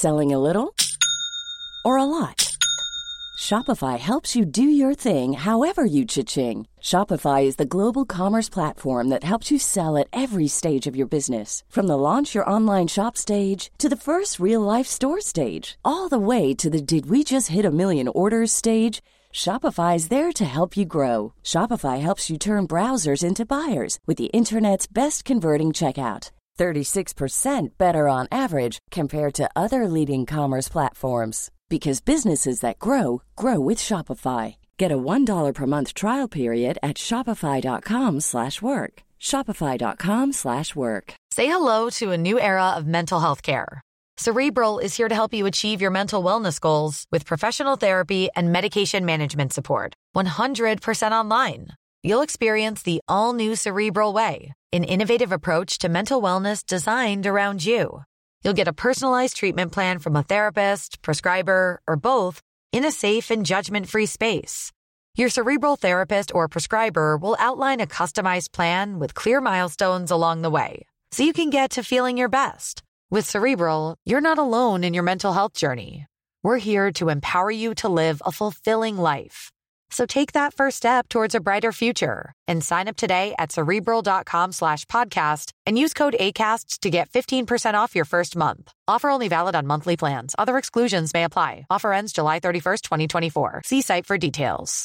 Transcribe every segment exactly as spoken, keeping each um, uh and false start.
Selling a little or a lot? Shopify helps you do your thing however you cha-ching. Shopify is the global commerce platform that helps you sell at every stage of your business. From the launch your online shop stage to the first real-life store stage, all the way to the did we just hit a million orders stage. Shopify is there to help you grow. Shopify helps you turn browsers into buyers with the internet's best converting checkout. thirty-six percent better on average compared to other leading commerce platforms. Because businesses that grow, grow with Shopify. Get a one dollar per month trial period at shopify.com slash work. Shopify.com slash work. Say hello to a new era of mental health care. Cerebral is here to help you achieve your mental wellness goals with professional therapy and medication management support. one hundred percent online. You'll experience the all-new Cerebral Way, an innovative approach to mental wellness designed around you. You'll get a personalized treatment plan from a therapist, prescriber, or both in a safe and judgment-free space. Your Cerebral therapist or prescriber will outline a customized plan with clear milestones along the way, so you can get to feeling your best. With Cerebral, you're not alone in your mental health journey. We're here to empower you to live a fulfilling life. So take that first step towards a brighter future and sign up today at Cerebral.com slash podcast and use code ACAST to get fifteen percent off your first month. Offer only valid on monthly plans. Other exclusions may apply. Offer ends July thirty-first, twenty twenty-four. See site for details.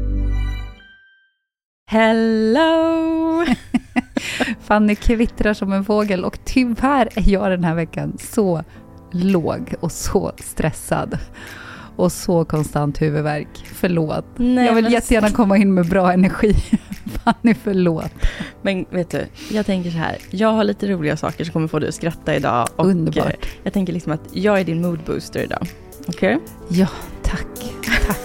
Hello! Fanny kvittrar som en fågel och tyvärr är jag den här veckan så låg och så stressad. Och så konstant huvudvärk. Förlåt. Nej, jag vill men... jättegärna komma in med bra energi. Fanny, förlåt. Men vet du, jag tänker så här. Jag har lite roliga saker som kommer få dig att skratta idag. Och underbart. Jag tänker liksom att jag är din mood booster idag. Okej? Okay? Ja, tack. Tack.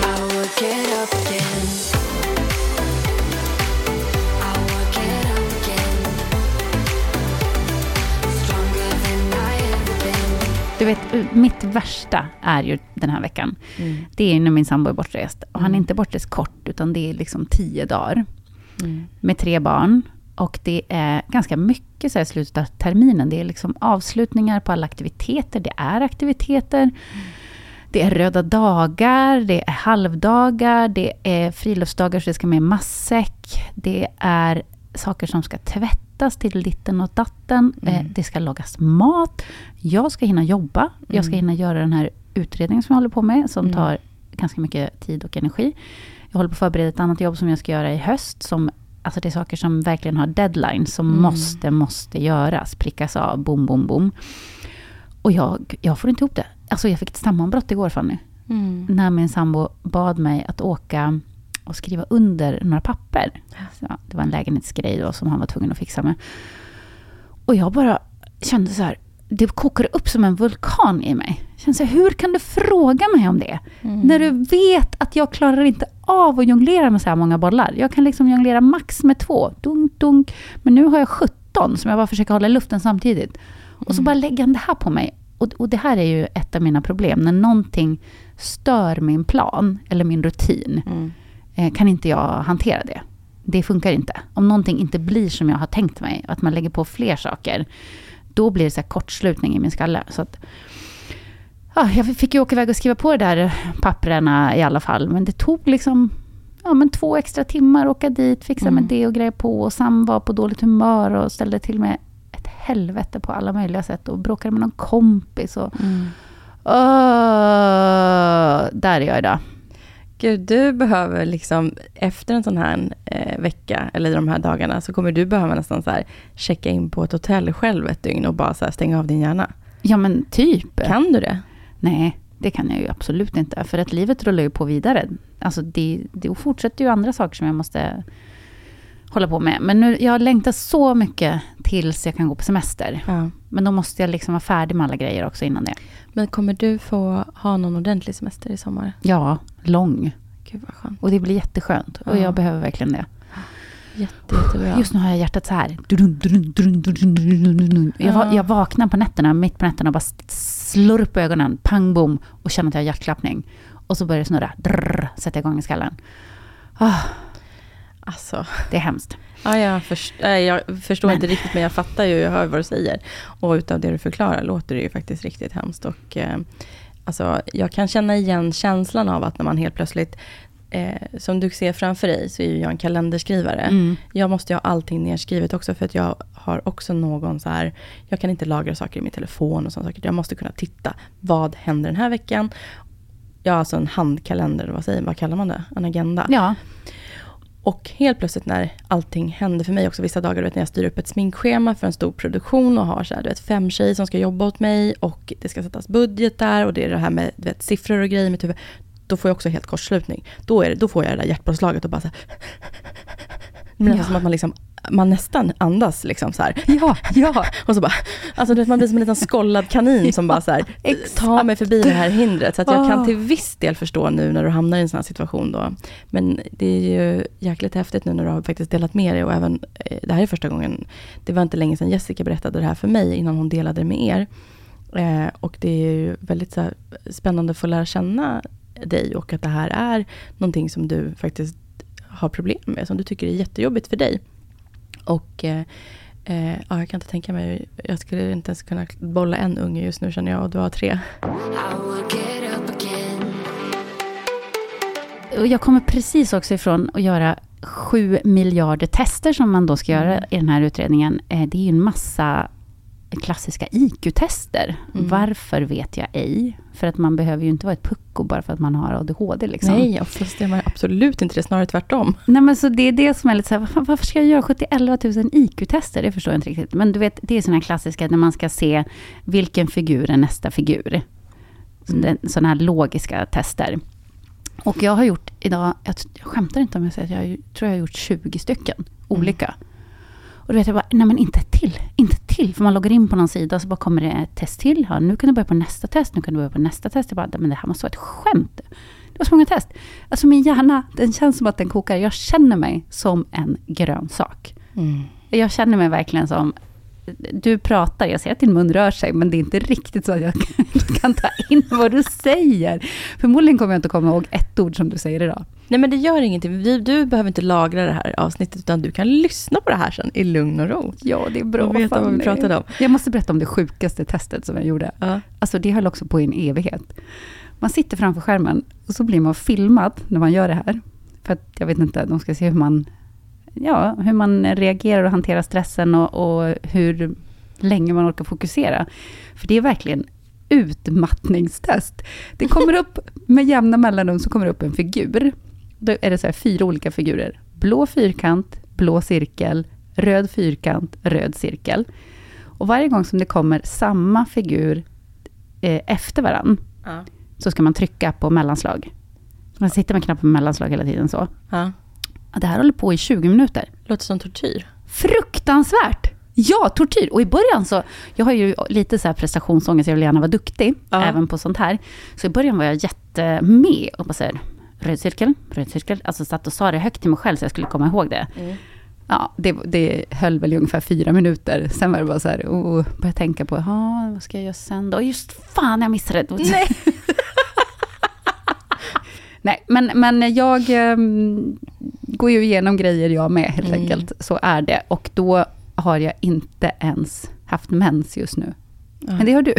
Du vet, mitt värsta är ju den här veckan. Mm. Det är när min sambo är bortrest. Och han är inte bortrest kort, utan det är liksom tio dagar. Mm. Med tre barn. Och det är ganska mycket så här i slutet av terminen. Det är liksom avslutningar på alla aktiviteter. Det är aktiviteter. Mm. Det är röda dagar. Det är halvdagar. Det är friluftsdagar så det ska med matsäck. Det är saker som ska tvättas till ditten och datten. Mm. Det ska lagas mat. Jag ska hinna jobba. Mm. Jag ska hinna göra den här utredningen som jag håller på med. Som mm. tar ganska mycket tid och energi. Jag håller på att förbereda ett annat jobb som jag ska göra i höst. Som, alltså det är saker som verkligen har deadline. Som mm. måste, måste göras. Prickas av. Boom, boom, boom. Och jag, jag får inte ihop det. Alltså jag fick ett sammanbrott igår, Fanny. Mm. När min sambo bad mig att åka och skriva under några papper. Så, det var en lägenhetsgrej då som han var tvungen att fixa med. Och jag bara kände så här, det kokade upp som en vulkan i mig. Jag kände så här, hur kan du fråga mig om det? Mm. När du vet att jag klarar inte av att jonglera med så här många bollar. Jag kan liksom jonglera max med två. Dunk, dunk. Men nu har jag sjutton som jag bara försöker hålla i luften samtidigt. Och så mm. bara lägger han det här på mig. Och, och det här är ju ett av mina problem. När någonting stör min plan eller min rutin. Mm. Kan inte jag hantera det. Det funkar inte. Om någonting inte blir som jag har tänkt mig, att man lägger på fler saker, då blir det så här kortslutning i min skalle. Så att, ja, jag fick ju åka iväg och skriva på det där papperna i alla fall. Men det tog liksom ja, men två extra timmar, åka dit, fixa mm. med det och grejer på. Och Sam var på dåligt humör och ställde till med ett helvete på alla möjliga sätt. Och bråkade med någon kompis. Och, mm. uh, där är jag idag. Gud, du behöver liksom efter en sån här eh, vecka eller de här dagarna så kommer du behöva nästan så här checka in på ett hotell själv ett dygn och bara så här stänga av din hjärna. Ja, men typ. Kan du det? Nej, det kan jag ju absolut inte. För att livet rullar ju på vidare. Alltså det, det fortsätter ju andra saker som jag måste hålla på med. Men nu, jag längtar så mycket tills jag kan gå på semester. Ja. Men då måste jag liksom vara färdig med alla grejer också innan det. Men kommer du få ha någon ordentlig semester i sommar? Ja, lång. Gud vad skönt. Och det blir jätteskönt. Ja. Och jag behöver verkligen det. Jätte, jättebra. Just nu har jag hjärtat så här. Jag, jag vaknar på nätterna, mitt på nätterna och bara slår upp ögonen. Pang, bom. Och känner att jag har hjärtklappning. Och så börjar det snurra. Drrr, sätter jag igång i skallen. Ah. Alltså. Det är hemskt. Ja, jag, först, jag förstår men. inte riktigt, men jag fattar ju, jag hör vad du säger. Och utav det du förklarar låter det ju faktiskt riktigt hemskt. Och eh, alltså, jag kan känna igen känslan av att när man helt plötsligt, eh, som du ser framför dig, så är ju jag en kalenderskrivare. Mm. Jag måste ju ha allting nedskrivet också, för att jag har också någon så här, jag kan inte lagra saker i min telefon och sådana saker. Jag måste kunna titta, vad händer den här veckan? Jag har alltså en handkalender, vad säger vad kallar man det? En agenda. Ja. Och helt plötsligt när allting händer för mig också vissa dagar, du vet, när jag styr upp ett sminkschema för en stor produktion och har så här, du vet, fem tjejer som ska jobba åt mig och det ska sättas budget där och det är det här med, du vet, siffror och grejer i mitt huvud. Då får jag också helt kortslutning. Då, är det, då får jag det där hjärtpåslaget och bara så här, men ja. Som att man liksom man nästan andas liksom så här. Ja, ja. Och så bara, alltså du vet, man blir som en liten skollad kanin som bara så här, tar mig förbi det här hindret. Så att jag oh. kan till viss del förstå nu när du hamnar i en sån här situation då. Men det är ju jäkligt häftigt nu när du har faktiskt delat med dig. Och även, det här är första gången, det var inte länge sedan Jessica berättade det här för mig innan hon delade det med er. Eh, och det är ju väldigt så här, spännande att få lära känna dig och att det här är någonting som du faktiskt har problem med, som du tycker är jättejobbigt för dig. Och eh, eh, ja, jag kan inte tänka mig, jag skulle inte ens kunna bolla en unge just nu, känner jag, och du har tre. Jag kommer precis också ifrån att göra sju miljarder tester som man då ska göra mm. i den här utredningen. Eh, det är ju en massa klassiska I Q-tester. Mm. Varför vet jag ej? För att man behöver ju inte vara ett pucko bara för att man har A D H D. Liksom. Nej, oftast är man absolut inte det, snarare tvärtom. Nej, men så det är det som är lite så här, varför ska jag göra sjuttioelva tusen I Q-tester? Det förstår jag inte riktigt. Men du vet, det är sådana här klassiska när man ska se vilken figur är nästa figur. Mm. Sådana här logiska tester. Och jag har gjort idag, jag, jag skämtar inte om jag säger att jag tror jag har gjort tjugo stycken olika. Mm. Och då vet jag bara, nej men inte till, inte till. För man loggar in på någon sida och så bara kommer det ett test till. Ja, nu kan du börja på nästa test, nu kan du börja på nästa test. Jag bara, men det här måste vara ett skämt. Det var så många test. Alltså min hjärna, den känns som att den kokar. Jag känner mig som en grön sak. Mm. Jag känner mig verkligen som, du pratar, jag ser att din mun rör sig, men det är inte riktigt så att jag kan ta in vad du säger. Förmodligen kommer jag inte komma ihåg ett ord som du säger idag. Nej, men det gör ingenting. Du, du behöver inte lagra det här avsnittet, utan du kan lyssna på det här sen i lugn och ro. Ja, det är bra. Och veta vad vi pratade om. Jag måste berätta om det sjukaste testet som jag gjorde. Ja. Alltså det höll också på i en evighet. Man sitter framför skärmen och så blir man filmad när man gör det här. För att jag vet inte, de ska se hur man, ja, hur man reagerar och hanterar stressen och, och hur länge man orkar fokusera. För det är verkligen utmattningstest. Det kommer upp med jämna mellanrum, så kommer det upp en figur. Då är det så här fyra olika figurer. Blå fyrkant, blå cirkel, röd fyrkant, röd cirkel. Och varje gång som det kommer samma figur eh, efter varann ja. så ska man trycka på mellanslag. Man sitter med knappen mellanslag hela tiden så. Ja. Det här håller på i tjugo minuter. Låter som tortyr. Fruktansvärt! Ja, tortyr. Och i början så, jag har ju lite så här prestationsångest, jag vill gärna vara duktig, ja. även på sånt här. Så i början var jag jättemed och bara så här, röd cirkel, röd cirkel. Alltså satt och sa det högt till mig själv så jag skulle komma ihåg det. Mm. Ja, det, det höll väl ungefär fyra minuter. Sen var det bara så här, och började tänka på, ja, vad ska jag göra sen då? Just fan, jag missade det. Nej. Nej, men, men jag um, går ju igenom grejer jag med helt mm. enkelt. Så är det. Och då har jag inte ens haft mens just nu. Mm. Men det har du.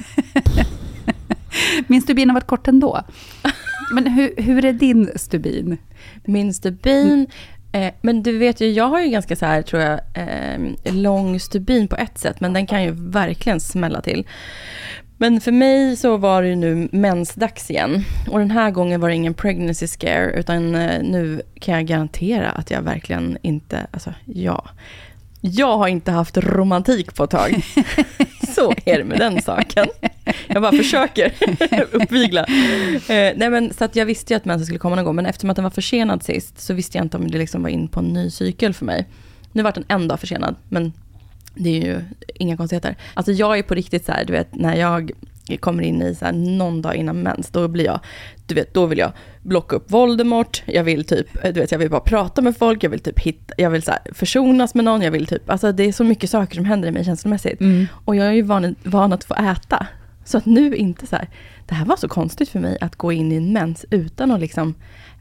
Min stubin har varit kort ändå. Men hur, hur är din stubin? Min stubin... Eh, men du vet ju, jag har ju ganska så här, tror jag, eh, lång stubin på ett sätt. Men den kan ju verkligen smälla till. Men för mig så var det ju nu mensdags igen. Och den här gången var det ingen pregnancy scare. Utan eh, nu kan jag garantera att jag verkligen inte... Alltså, ja... Jag har inte haft romantik på ett tag. Så är det med den saken. Jag bara försöker uppvigla. Eh, nej men, så att jag visste ju att mensen skulle komma någon gång. Men eftersom att den var försenad sist så visste jag inte om det liksom var in på en ny cykel för mig. Nu var den en dag försenad. Men det är ju inga konstigheter. Alltså jag är på riktigt så här, du vet, när jag kommer in i så här någon dag innan mens, då blir jag, du vet, då vill jag blocka upp Voldemort, jag vill typ, du vet, jag vill bara prata med folk, jag vill typ hitta, jag vill så här försonas med någon, jag vill typ, alltså det är så mycket saker som händer i mig känslomässigt. Mm. Och jag är ju van, van att få äta. Så att nu inte så här, det här var så konstigt för mig att gå in i en mens utan att liksom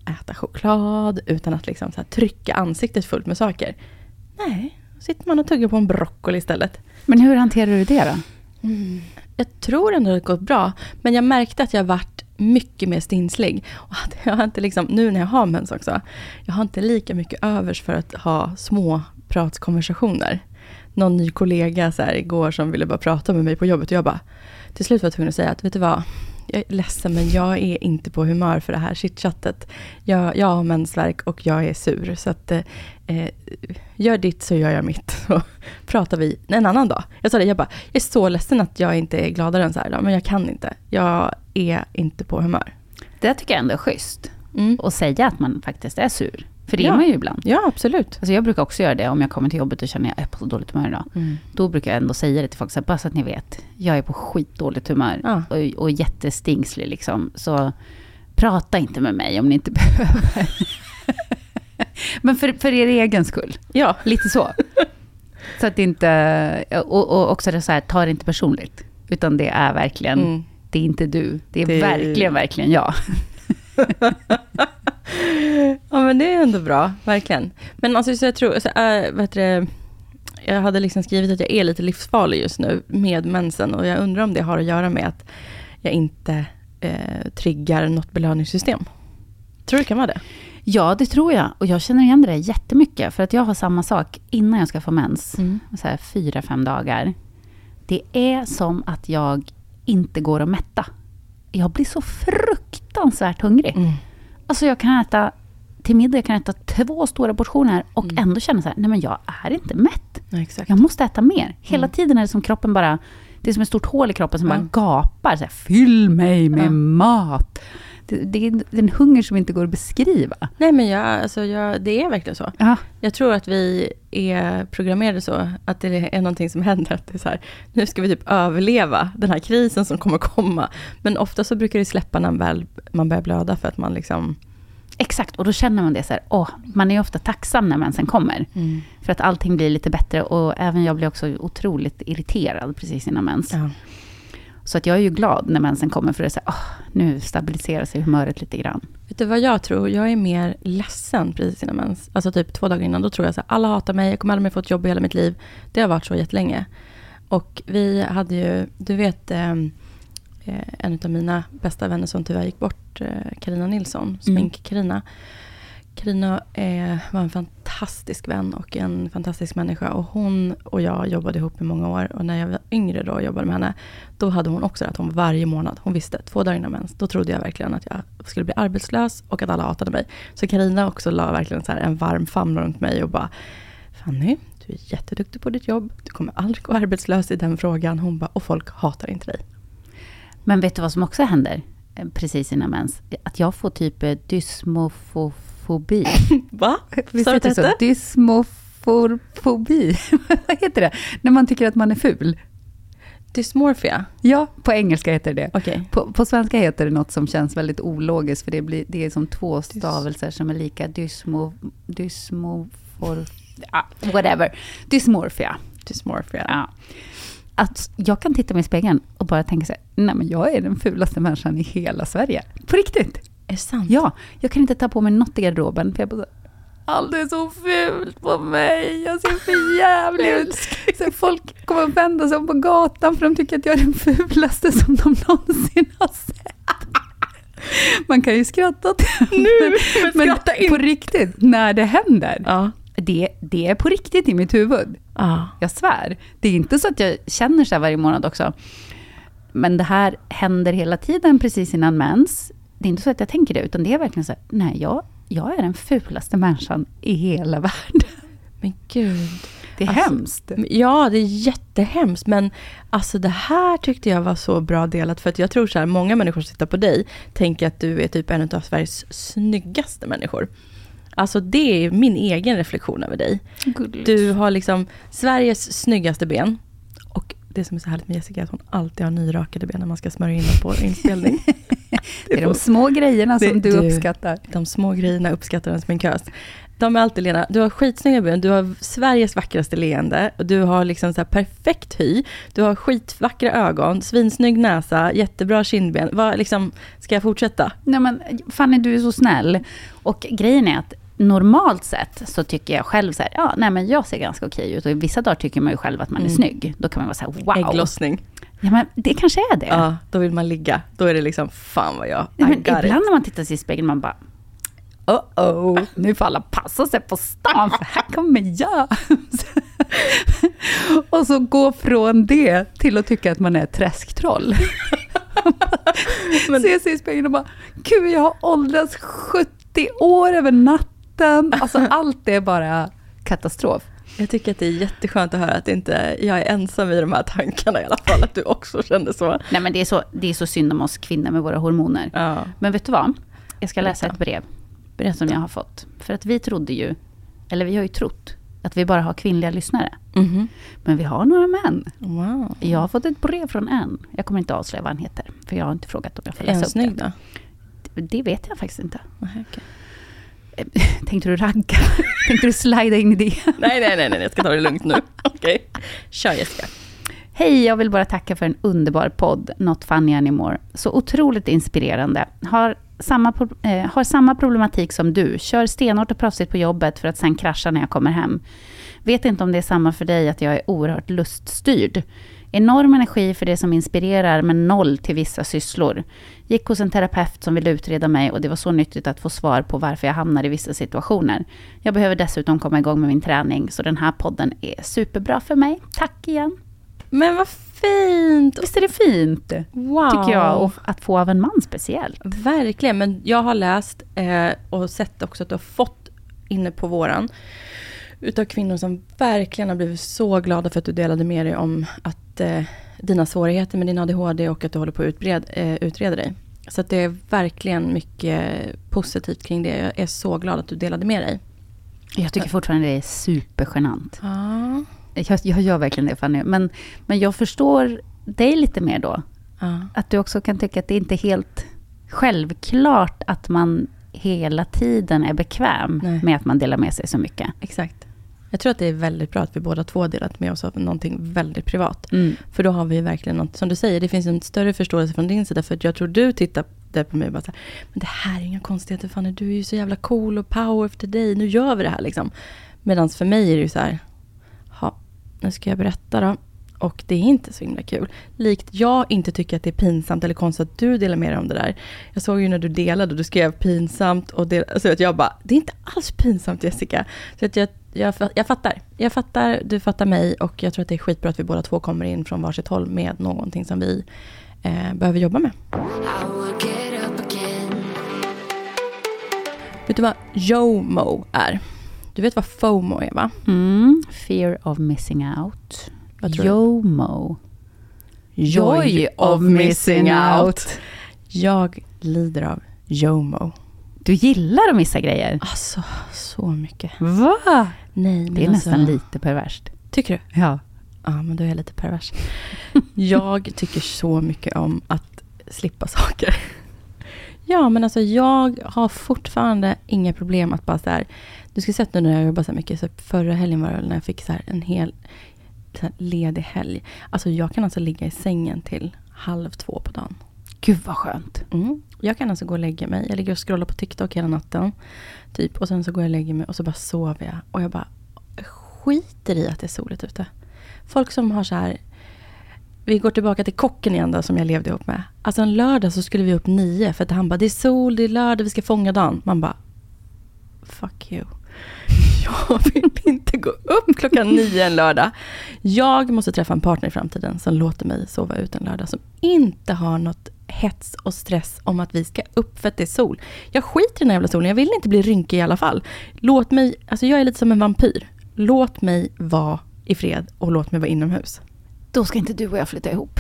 äta choklad, utan att liksom så här trycka ansiktet fullt med saker. Nej, sitter man och tuggar på en broccoli istället. Men hur hanterar du det då? Mm. Jag tror ändå att det gått bra. Men jag märkte att jag varit mycket mer stinslig. Och att jag har inte liksom, nu när jag har mens också, jag har inte lika mycket övers för att ha små pratskonversationer. Någon ny kollega så här igår som ville bara prata med mig på jobbet och jag bara, till slut var jag tvungen att säga att vet du vad, jag är ledsen men jag är inte på humör för det här chitchattet. Jag, jag har mensvärk och jag är sur så att eh, gör ditt så gör jag mitt. Så pratar vi en annan dag. Jag sa det, jag bara, jag är så ledsen att jag inte är gladare än så här idag, men jag kan inte. Jag är inte på humör. Det tycker jag ändå är schysst. Mm. Och säga att man faktiskt är sur. För det ja. är man ju ibland. Ja, absolut. Alltså jag brukar också göra det om jag kommer till jobbet och känner att jag är på så dåligt humör idag. Mm. Då brukar jag ändå säga det till folk, så här, bara så att ni vet. Jag är på skitdåligt humör ja. och, och jättestingslig liksom. Så prata inte med mig om ni inte behöver. Men för, för er egen skull. Ja. Lite så. Så att det inte, och, och också det så här, ta det inte personligt. Utan det är verkligen, mm. det är inte du. Det är det... verkligen, verkligen jag. Ja, men det är ändå bra, verkligen. Men alltså så jag tror, så, äh, vet du, jag hade liksom skrivit att jag är lite livsfarlig just nu med mensen. Och jag undrar om det har att göra med att jag inte eh, triggar något belöningssystem. Tror du det kan vara det? Ja, det tror jag. Och jag känner igen det jättemycket. För att jag har samma sak innan jag ska få mens. Mm. Så här, fyra, fem dagar. Det är som att jag inte går att mätta. Jag blir så fruktansvärt hungrig. Mm. Alltså jag kan äta, till middag jag kan äta två stora portioner. Och mm. ändå känna så här, nej men jag är inte mätt. Ja, exakt. Jag måste äta mer. Hela mm. tiden är det som kroppen bara, det är som ett stort hål i kroppen som ja. bara gapar. Så här, fyll mig med ja. mat. Det, det är en hunger som inte går att beskriva. Nej, men jag, alltså jag, det är verkligen så. Ja. Jag tror att vi är programmerade så. Att det är någonting som händer. Att det är så här, nu ska vi typ överleva den här krisen som kommer komma. Men ofta så brukar det släppa när man, väl, man börjar blöda. För att man liksom... Exakt, och då känner man det så här. Åh, man är ju ofta tacksam när mensen kommer. Mm. För att allting blir lite bättre. Och även jag blir också otroligt irriterad precis innan mens. Ja. Så att jag är ju glad när mensen kommer för att säga, åh, nu stabiliserar sig humöret lite grann. Vet du vad jag tror? Jag är mer ledsen precis innan mens. Alltså typ två dagar innan, då tror jag så här, alla hatar mig, jag kommer aldrig mer få ett jobb i hela mitt liv. Det har varit så jättelänge. Och vi hade ju, du vet, eh, en av mina bästa vänner som tyvärr gick bort, Carina Nilsson, smink-Carina. Mm. Carina eh, var en fantastisk vän och en fantastisk människa. Och hon och jag jobbade ihop i många år. Och när jag var yngre då och jobbade med henne, då hade hon också att hon varje månad, hon visste två dagar innan mens, då trodde jag verkligen att jag skulle bli arbetslös och att alla hatade mig. Så Carina också la verkligen så här en varm famn runt mig och bara, Fanny, du är jätteduktig på ditt jobb. Du kommer aldrig gå arbetslös i den frågan. Hon bara, och folk hatar inte dig. Men vet du vad som också händer precis innan mens? Att jag får typ dysmofobi. Va? Visst heter det så? Dysmofobi. Vad heter det? När man tycker att man är ful. Dysmorphia? Ja, på engelska heter det. Okay. På, på svenska heter det något som känns väldigt ologiskt. För det, blir, det är som två stavelser Dys. som är lika. Dysmo, dysmofor... Ja, whatever. Dysmorphia. Dysmorphia. Ja. Att jag kan titta mig i spegeln och bara tänka så här, nej men jag är den fulaste människan i hela Sverige. På riktigt. Är det sant? Ja, jag kan inte ta på mig något i garderoben. För jag bara, allt är så fult på mig. Jag ser för jävligt ut. Så folk kommer att vända sig om på gatan för de tycker att jag är den fulaste som de någonsin har sett. Man kan ju skratta till. Nu, men, men skratta in. På riktigt, när det händer. Ja. Det, det är på riktigt i mitt huvud. Ah. Jag svär. Det är inte så att jag känner så här varje månad också. Men det här händer hela tiden precis innan mens. Det är inte så att jag tänker det, utan det är verkligen så här, nej, jag, jag är den fulaste människan i hela världen. Men gud. Det är alltså, hemskt. Ja, det är jättehemskt. Men alltså det här tyckte jag var så bra delat. För att jag tror så här, många människor som tittar på dig tänker att du är typ en av Sveriges snyggaste människor. Alltså det är min egen reflektion över dig. Gulligt. Du har liksom Sveriges snyggaste ben. Och det som är så härligt med Jessica är att hon alltid har nyrakade ben när man ska smörja in dem på inspelning. Det är de små grejerna som det, du uppskattar. De små grejerna uppskattar en sminkös. De är alltid, Lena, du har skitsnygga ben, du har Sveriges vackraste leende, och du har liksom så här perfekt hy, du har skitvackra ögon, svinsnygg näsa, jättebra kindben. Vad liksom, ska jag fortsätta? Nej men Fanny, du är så snäll. Och grejen är att normalt sett så tycker jag själv så här, ja, nej men jag ser ganska okej ut, och i vissa dagar tycker man ju själv att man är mm. snygg. Då kan man vara så här, wow. Ägglossning. Ja, men det kanske är det. Ja, då vill man ligga. Då är det liksom, fan vad jag, men ibland it. När man tittar sig i spegeln, man bara, oh oh, nu får alla passa sig på stan, för här kommer jag. Och så gå från det till att tycka att man är träsktroll. Men se sig i spegeln och bara, gud, jag har åldrats sjuttio år över natten. Alltså allt det är bara katastrof. Jag tycker att det är jätteskönt att höra att inte jag är ensam i de här tankarna i alla fall, att du också kände så. Nej, men det är så, det är så synd om oss kvinnor med våra hormoner. Ja. Men vet du vad? Jag ska läsa ett brev. Brev som jag har fått. För att vi trodde ju, eller vi har ju trott, att vi bara har kvinnliga lyssnare. Mm-hmm. Men vi har några män. Wow. Jag har fått ett brev från en. Jag kommer inte avslöja vad han heter, för jag har inte frågat om jag får läsa upp snygg det. Då? Det vet jag faktiskt inte. Okay. Tänkte du ragga? Tänkte du slida in i det? nej, nej, nej, nej, jag ska ta det lugnt nu. Okej, okay. Kör Jessica. Hej, jag vill bara tacka för en underbar podd, Not Funny Anymore. Så otroligt inspirerande. Har samma, eh, har samma problematik som du. Kör stenhårt och proffsigt på jobbet för att sen krascha när jag kommer hem. Vet inte om det är samma för dig, att jag är oerhört luststyrd. Enorm energi för det som inspirerar, men noll till vissa sysslor. Gick hos en terapeut som ville utreda mig, och det var så nyttigt att få svar på varför jag hamnar i vissa situationer. Jag behöver dessutom komma igång med min träning, så den här podden är superbra för mig. Tack igen. Men vad fint! Visst är det fint? Wow. Tycker jag, och att få av en man speciellt. Verkligen, men jag har läst eh, och sett också att du har fått inne på våran utav kvinnor som verkligen har blivit så glada för att du delade med dig om att eh, dina svårigheter med din A D H D och att du håller på att utbred, eh, utreda dig. Så att det är verkligen mycket positivt kring det. Jag är så glad att du delade med dig. Jag tycker fortfarande det är supergenant. Ja. Jag, jag gör verkligen det, Fanny. Men, men jag förstår dig lite mer då. Ja. Att du också kan tycka att det inte är helt självklart att man hela tiden är bekväm Nej. Med att man delar med sig så mycket. Exakt. Jag tror att det är väldigt bra att vi båda två delat med oss av någonting väldigt privat. Mm. För då har vi verkligen något, som du säger, det finns en större förståelse från din sida. För att jag tror du tittar på mig och bara så här, men det här är inga konstigheter, Fanny, du är ju så jävla cool och power efter dig, nu gör vi det här liksom. Medan för mig är det ju så här, ja, nu ska jag berätta då. Och det är inte så himla kul. Likt jag inte tycker att det är pinsamt eller konstigt att du delar med dig om det där. Jag såg ju när du delade och du skrev pinsamt. Och del- så att jag bara, det är inte alls pinsamt, Jessica. Så att jag, jag, jag fattar. Jag fattar, du fattar mig. Och jag tror att det är skitbra att vi båda två kommer in från varsitt håll med någonting som vi eh, behöver jobba med. Vet du vad JOMO är? Du vet vad FOMO är, va? Mm, fear of missing out. JOMO. Joy, Joy of missing out. Jag lider av JOMO. Du gillar att missa grejer? Alltså, så mycket. Va? Nej, men det är alltså, nästan lite perverst. Tycker du? Ja. Ja, men då är jag lite pervers. Jag tycker så mycket om att slippa saker. Ja, men alltså jag har fortfarande inga problem att bara så här, du ska sätta nu när jag jobbar så mycket, så förra helgen var det när jag fick så här en hel så här ledig helg. Alltså jag kan alltså ligga i sängen till halv två på dagen. Gud vad skönt. Mm. Jag kan alltså gå och lägga mig. Jag ligger och scrollar på TikTok hela natten. Typ. Och sen så går jag och lägger mig och så bara sover jag. Och jag bara skiter i att det är soligt ute. Folk som har så här, vi går tillbaka till kocken igen då, som jag levde ihop med. Alltså en lördag så skulle vi upp nio. För att han bara, det är sol, det är lördag, vi ska fånga dagen. Man bara, fuck you. Jag vill inte gå upp klockan nio en lördag. Jag måste träffa en partner i framtiden som låter mig sova ut en lördag. Som inte har något hets och stress om att vi ska upp för att det är sol. Jag skiter i den här jävla solen. Jag vill inte bli rynkig i alla fall. Låt mig, alltså jag är lite som en vampyr. Låt mig vara i fred och låt mig vara inomhus. Då ska inte du och jag flytta ihop.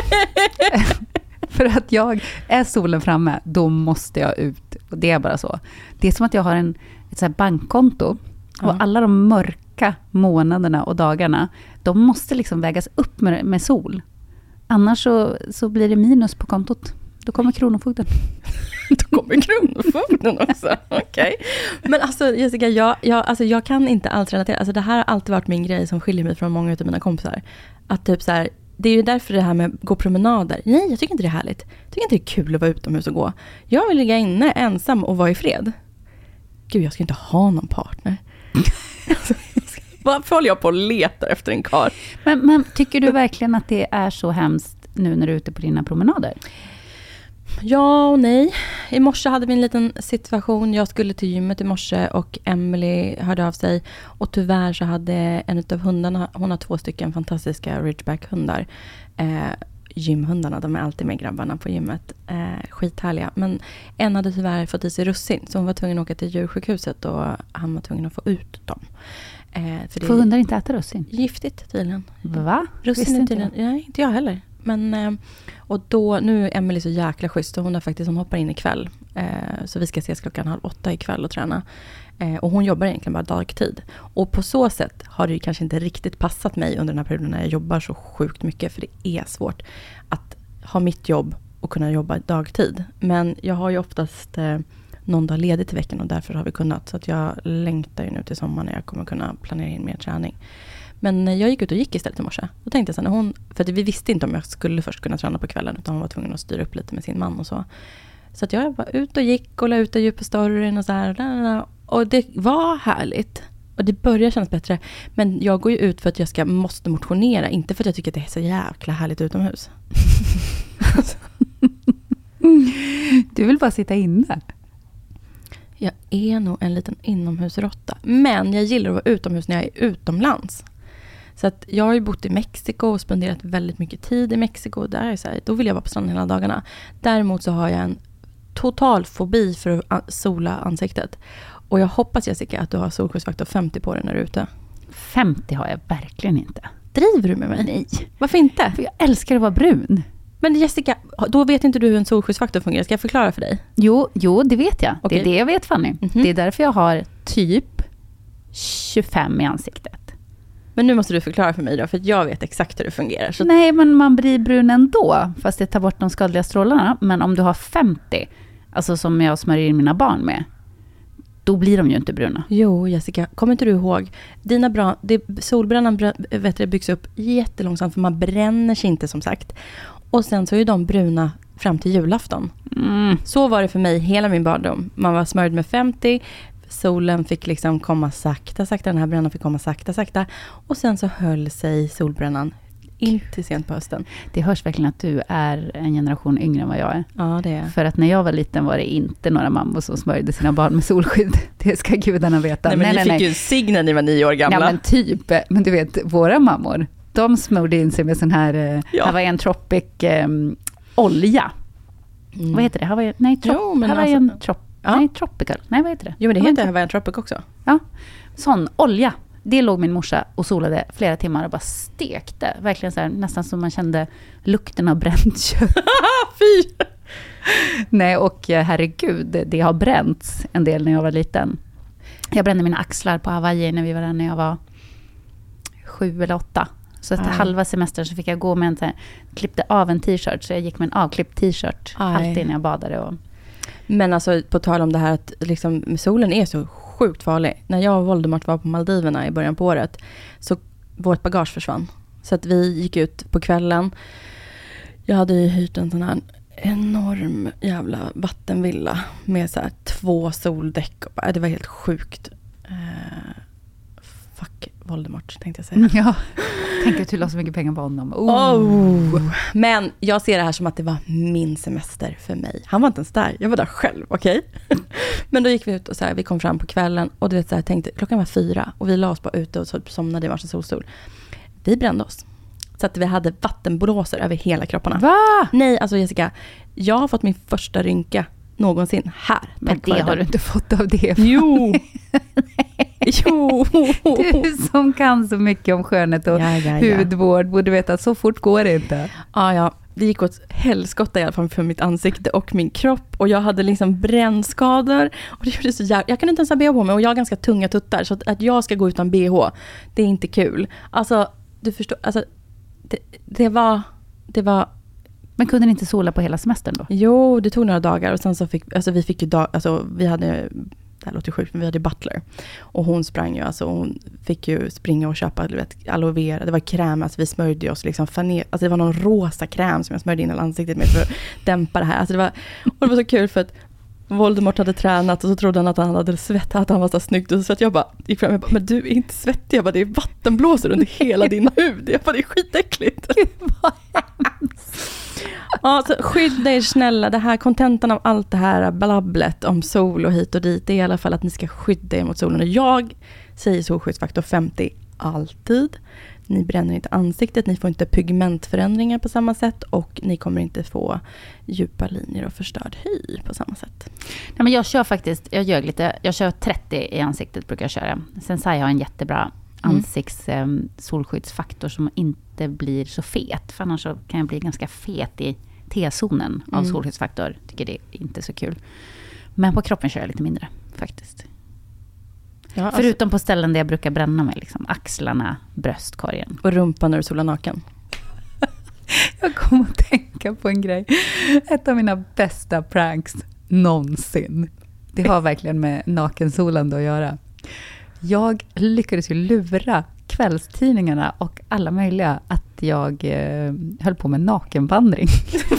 För att jag är solen framme, då måste jag ut. Och det är bara så. Det är som att jag har en, ett så här bankkonto. Och ja. Alla de mörka månaderna och dagarna, de måste liksom vägas upp med, med sol. Annars så, så blir det minus på kontot. Då kommer kronofogden. Då kommer med kronofogden också. Okej. Okay. Men alltså Jessica, jag, jag, alltså, jag kan inte alls relatera. Alltså, det här har alltid varit min grej som skiljer mig från många av mina kompisar. Att typ så här, det är ju därför det här med att gå promenader. Nej, jag tycker inte det är härligt. Jag tycker inte det är kul att vara utomhus och gå. Jag vill ligga inne ensam och vara i fred. Gud, jag ska inte ha någon partner. Varför håller jag på och letar efter en karl? Men, men tycker du verkligen att det är så hemskt nu när du är ute på dina promenader? Ja och nej. I morse hade vi en liten situation. Jag skulle till gymmet i morse och Emily hörde av sig. Och tyvärr så hade en av hundarna, hon har två stycken fantastiska Ridgeback-hundar. Eh, gymhundarna, de är alltid med grabbarna på gymmet. Eh, skithärliga. Men en hade tyvärr fått i sig russin. Så hon var tvungen att åka till djursjukhuset och han var tvungen att få ut dem. Eh, för det Får hundar inte äta russin? Giftigt tydligen. Va? Russin är tydligen, nej, inte jag heller. Men, eh, och då, nu är Emily så jäkla schysst och hon har faktiskt, hon hoppar in ikväll. Eh, så vi ska ses klockan halv åtta ikväll och träna. Eh, och hon jobbar egentligen bara dagtid. Och på så sätt har det ju kanske inte riktigt passat mig under den här perioden när jag jobbar så sjukt mycket. För det är svårt att ha mitt jobb och kunna jobba dagtid. Men jag har ju oftast eh, någon dag ledigt i veckan och därför har vi kunnat. Så att jag längtar ju nu till sommaren när jag kommer kunna planera in mer träning. Men jag gick ut och gick istället i morse. Då tänkte jag så när hon, för att vi visste inte om jag skulle först kunna träna på kvällen utan hon var tvungen att styra upp lite med sin man och så. Så att jag var ut och gick och la ut och djup på storyn och så här. Och det var härligt. Och det börjar kännas bättre. Men jag går ju ut för att jag ska, måste motionera. Inte för att jag tycker att det är så jäkla härligt utomhus. Du vill bara sitta inne. Jag är nog en liten inomhusrotta. Men jag gillar att vara utomhus när jag är utomlands. Så att jag har ju bott i Mexiko och spenderat väldigt mycket tid i Mexiko. Där är så här, då vill jag vara på stranden hela dagarna. Däremot så har jag en total fobi för att sola ansiktet. Och jag hoppas, Jessica, att du har solskyddsfaktor femtio på dig när du är ute. femtio har jag verkligen inte. Driver du med mig? Nej. Varför inte? För jag älskar att vara brun. Men Jessica, då vet inte du hur en solskyddsfaktor fungerar. Ska jag förklara för dig? Jo, jo det vet jag. Okay. Det är det jag vet, Fanny. Mm-hmm. Det är därför jag har typ tjugofem i ansiktet. Men nu måste du förklara för mig då, för jag vet exakt hur det fungerar. Så... Nej, men man blir brun ändå, fast det tar bort de skadliga strålarna. Men om du har femtio, alltså som jag smörjer in mina barn med, då blir de ju inte bruna. Jo, Jessica, kommer inte du ihåg? Dina bra, det, solbrännan vet du, byggs upp jättelångsamt, för man bränner sig inte som sagt. Och sen så är de bruna fram till julafton. Mm. Så var det för mig hela min barndom. Man var smörjd med femtio. Solen fick liksom komma sakta, sakta. Den här brännan fick komma sakta, sakta. Och sen så höll sig solbrännan in till sent på hösten. Det hörs verkligen att du är en generation yngre än vad jag är. Ja, det är. För att när jag var liten var det inte några mammor som smörjde sina barn med solskydd. Det ska gudarna veta. Nej, men nej, ni nej, fick nej. ju sign när ni var nio år gamla. Ja, men typ. Men du vet, våra mammor, de smörjde in sig med sån här ja. Hawaiian Tropic um, olja. Mm. Vad heter det? Hawaiian, nej, trop, jo, men Hawaiian alltså, trop, ja. nej, Tropical. Nej, vad heter det? Jo, men det heter Hawaiian Tropic också. Ja, sån olja. Det låg min morsa och solade flera timmar och bara stekte. Verkligen så här, nästan som man kände lukten av bränt kött. Fy! Nej, och herregud, det har bränts en del när jag var liten. Jag brände mina axlar på Hawaii när vi var där när jag var sju eller åtta. Så att halva semestern så fick jag gå med en så här, klippte av en t-shirt. Så jag gick med en avklippt t-shirt Aj. alltid när jag badade. Och... Men alltså på tal om det här att liksom, solen är så sjukt farlig. När jag och Voldemort var på Maldiverna i början på året så vårt bagage försvann. Så att vi gick ut på kvällen. Jag hade ju hyrt en sån här enorm jävla vattenvilla med så här två soldäck. Och, det var helt sjukt. Uh, fuck Voldemort, tänkte jag säga. Ja, tänk att du la så mycket pengar på honom. Oh. Oh. Men jag ser det här som att det var min semester för mig. Han var inte ens där, jag var där själv, okej? Okay? Men då gick vi ut och så här, vi kom fram på kvällen och du vet så här, tänkte, klockan var fyra och vi la oss bara ute och så somnade i varsin solstol. Vi brände oss. Så att vi hade vattenblåsor över hela kropparna. Va? Nej, alltså Jessica, jag har fått min första rynka någonsin här. Men det har du inte fått av det. Jo. Jo. Du som kan så mycket om skönhet och ja, ja, ja. hudvård borde veta att så fort går det inte. Ja, ja. Det gick åt helskotta i alla fall för mitt ansikte och min kropp. Och jag hade liksom brännskador. Och det gjorde så jävla... Jag kunde inte ens ha B H på mig och jag har ganska tunga tuttar. Så att, att jag ska gå utan B H, det är inte kul. Alltså, du förstår... Alltså, det, det var... Det var Men kunde ni inte sola på hela semestern då? Jo, det tog några dagar och sen så fick, alltså vi fick ju dag, alltså vi hade, det här låter sjukt, men vi hade butler. Och hon sprang ju, alltså hon fick ju springa och köpa, du vet, aloe vera, det var kräm, alltså vi smörjde oss liksom, faner, alltså det var någon rosa kräm som jag smörjde in i ansiktet med för att dämpa det här. Alltså det var, och det var så kul för att Voldemort hade tränat och så trodde han att han hade svettat, att han var så snyggt. Och så att jag bara gick fram och bara, men du är inte svettig. Jag bara, det är vattenblåsor under hela din hud. Jag bara, det är skitäckligt. Gud vad hemskt. Ja, så skydda er snälla. Det här, kontentan av allt det här blabblet om sol och hit och dit, det är i alla fall att ni ska skydda er mot solen. Och jag säger solskyddsfaktor femtio alltid. Ni bränner inte ansiktet, ni får inte pigmentförändringar på samma sätt och ni kommer inte få djupa linjer och förstörd hy på samma sätt. Nej, men jag kör faktiskt, jag gör lite, jag kör trettio i ansiktet brukar jag köra. Sen så har jag en jättebra ansikts mm. eh, solskyddsfaktor som inte blir så fet. För annars så kan jag bli ganska fet i T-zonen av mm. solskyddsfaktor. Tycker det är inte så kul. Men på kroppen kör jag lite mindre faktiskt. Ja, alltså, förutom på ställen där jag brukar bränna mig. Liksom, axlarna, bröstkorgen. Och rumpan när du solar naken. Jag kommer att tänka på en grej. Ett av mina bästa pranks någonsin. Det har verkligen med nakensolande att göra. Jag lyckades ju lura kvällstidningarna och alla möjliga att jag eh, höll på med nakenvandring.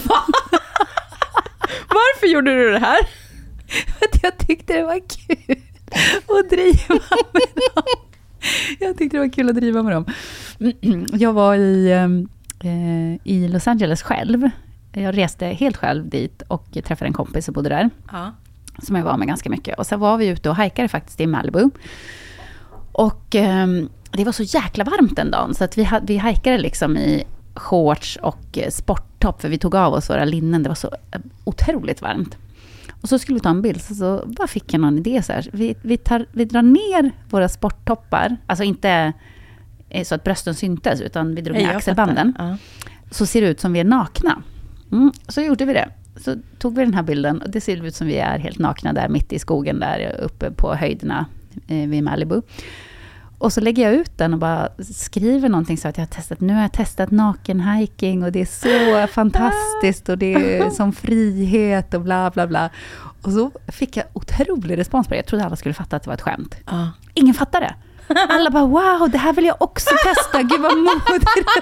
Varför gjorde du det här? För att jag tyckte det var kul. Och driva med dem. Jag tyckte det var kul att driva med dem. Jag var i, eh, i Los Angeles själv. Jag reste helt själv dit och träffade en kompis som bodde där. Ja. Som jag var med ganska mycket. Och så var vi ute och hajkade faktiskt i Malibu. Och eh, det var så jäkla varmt den dagen. Så att vi, vi hajkade liksom i shorts och sporttopp. För vi tog av oss våra linnen. Det var så otroligt varmt. Och så skulle vi ta en bild, så, så bara fick jag någon idé så här. Vi, vi, tar, vi drar ner våra sporttoppar, alltså inte så att brösten syntes, utan vi drog ner axelbanden. Ja. Så ser det ut som vi är nakna. Mm, så gjorde vi det. Så tog vi den här bilden och det ser ut som vi är helt nakna där mitt i skogen där uppe på höjderna eh, vid Malibu. Och så lägger jag ut den och bara skriver någonting så att jag har testat, nu har jag testat nakenhiking och det är så fantastiskt och det är som frihet och bla bla bla. Och så fick jag otrolig respons på det. Jag trodde alla skulle fatta att det var ett skämt. Uh. Ingen fattade. Alla bara, wow, det här vill jag också testa. Gud vad modigt.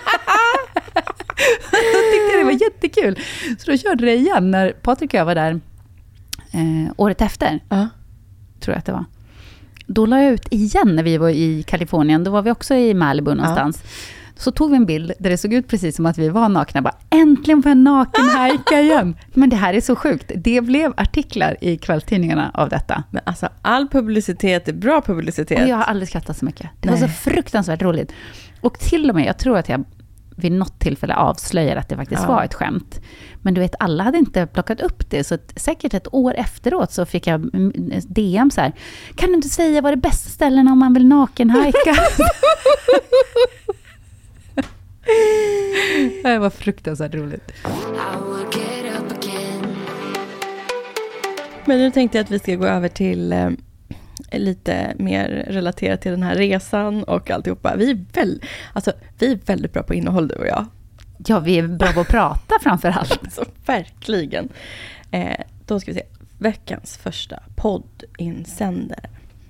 Jag tyckte det var jättekul. Så då körde det igen när Patrik och jag var där eh, året efter. Uh. Tror jag att det var. Då la jag ut igen när vi var i Kalifornien. Då var vi också i Malibu någonstans. Ja. Så tog vi en bild där det såg ut precis som att vi var nakna. Bara, äntligen får jag nakenhajka igen. Men det här är så sjukt. Det blev artiklar i kvällstidningarna av detta. Men alltså, all publicitet är bra publicitet. Och jag har aldrig skrattat så mycket. Det Nej. var så fruktansvärt roligt. Och till och med, jag tror att jag vid något tillfälle avslöjar att det faktiskt ja. var ett skämt. Men du vet, alla hade inte plockat upp det. Så att, säkert ett år efteråt så fick jag D M så här. Kan du inte säga vad det bästa ställena om man vill nakenhajka? Det var fruktansvärt roligt. Men nu tänkte jag att vi ska gå över till eh, lite mer relaterat till den här resan och alltihopa. Vi är, väl, alltså, vi är väldigt bra på innehåll, du och jag. Ja, vi är bra på att prata framför allt. Alltså, verkligen. Eh, då ska vi se. Veckans första poddinsändare.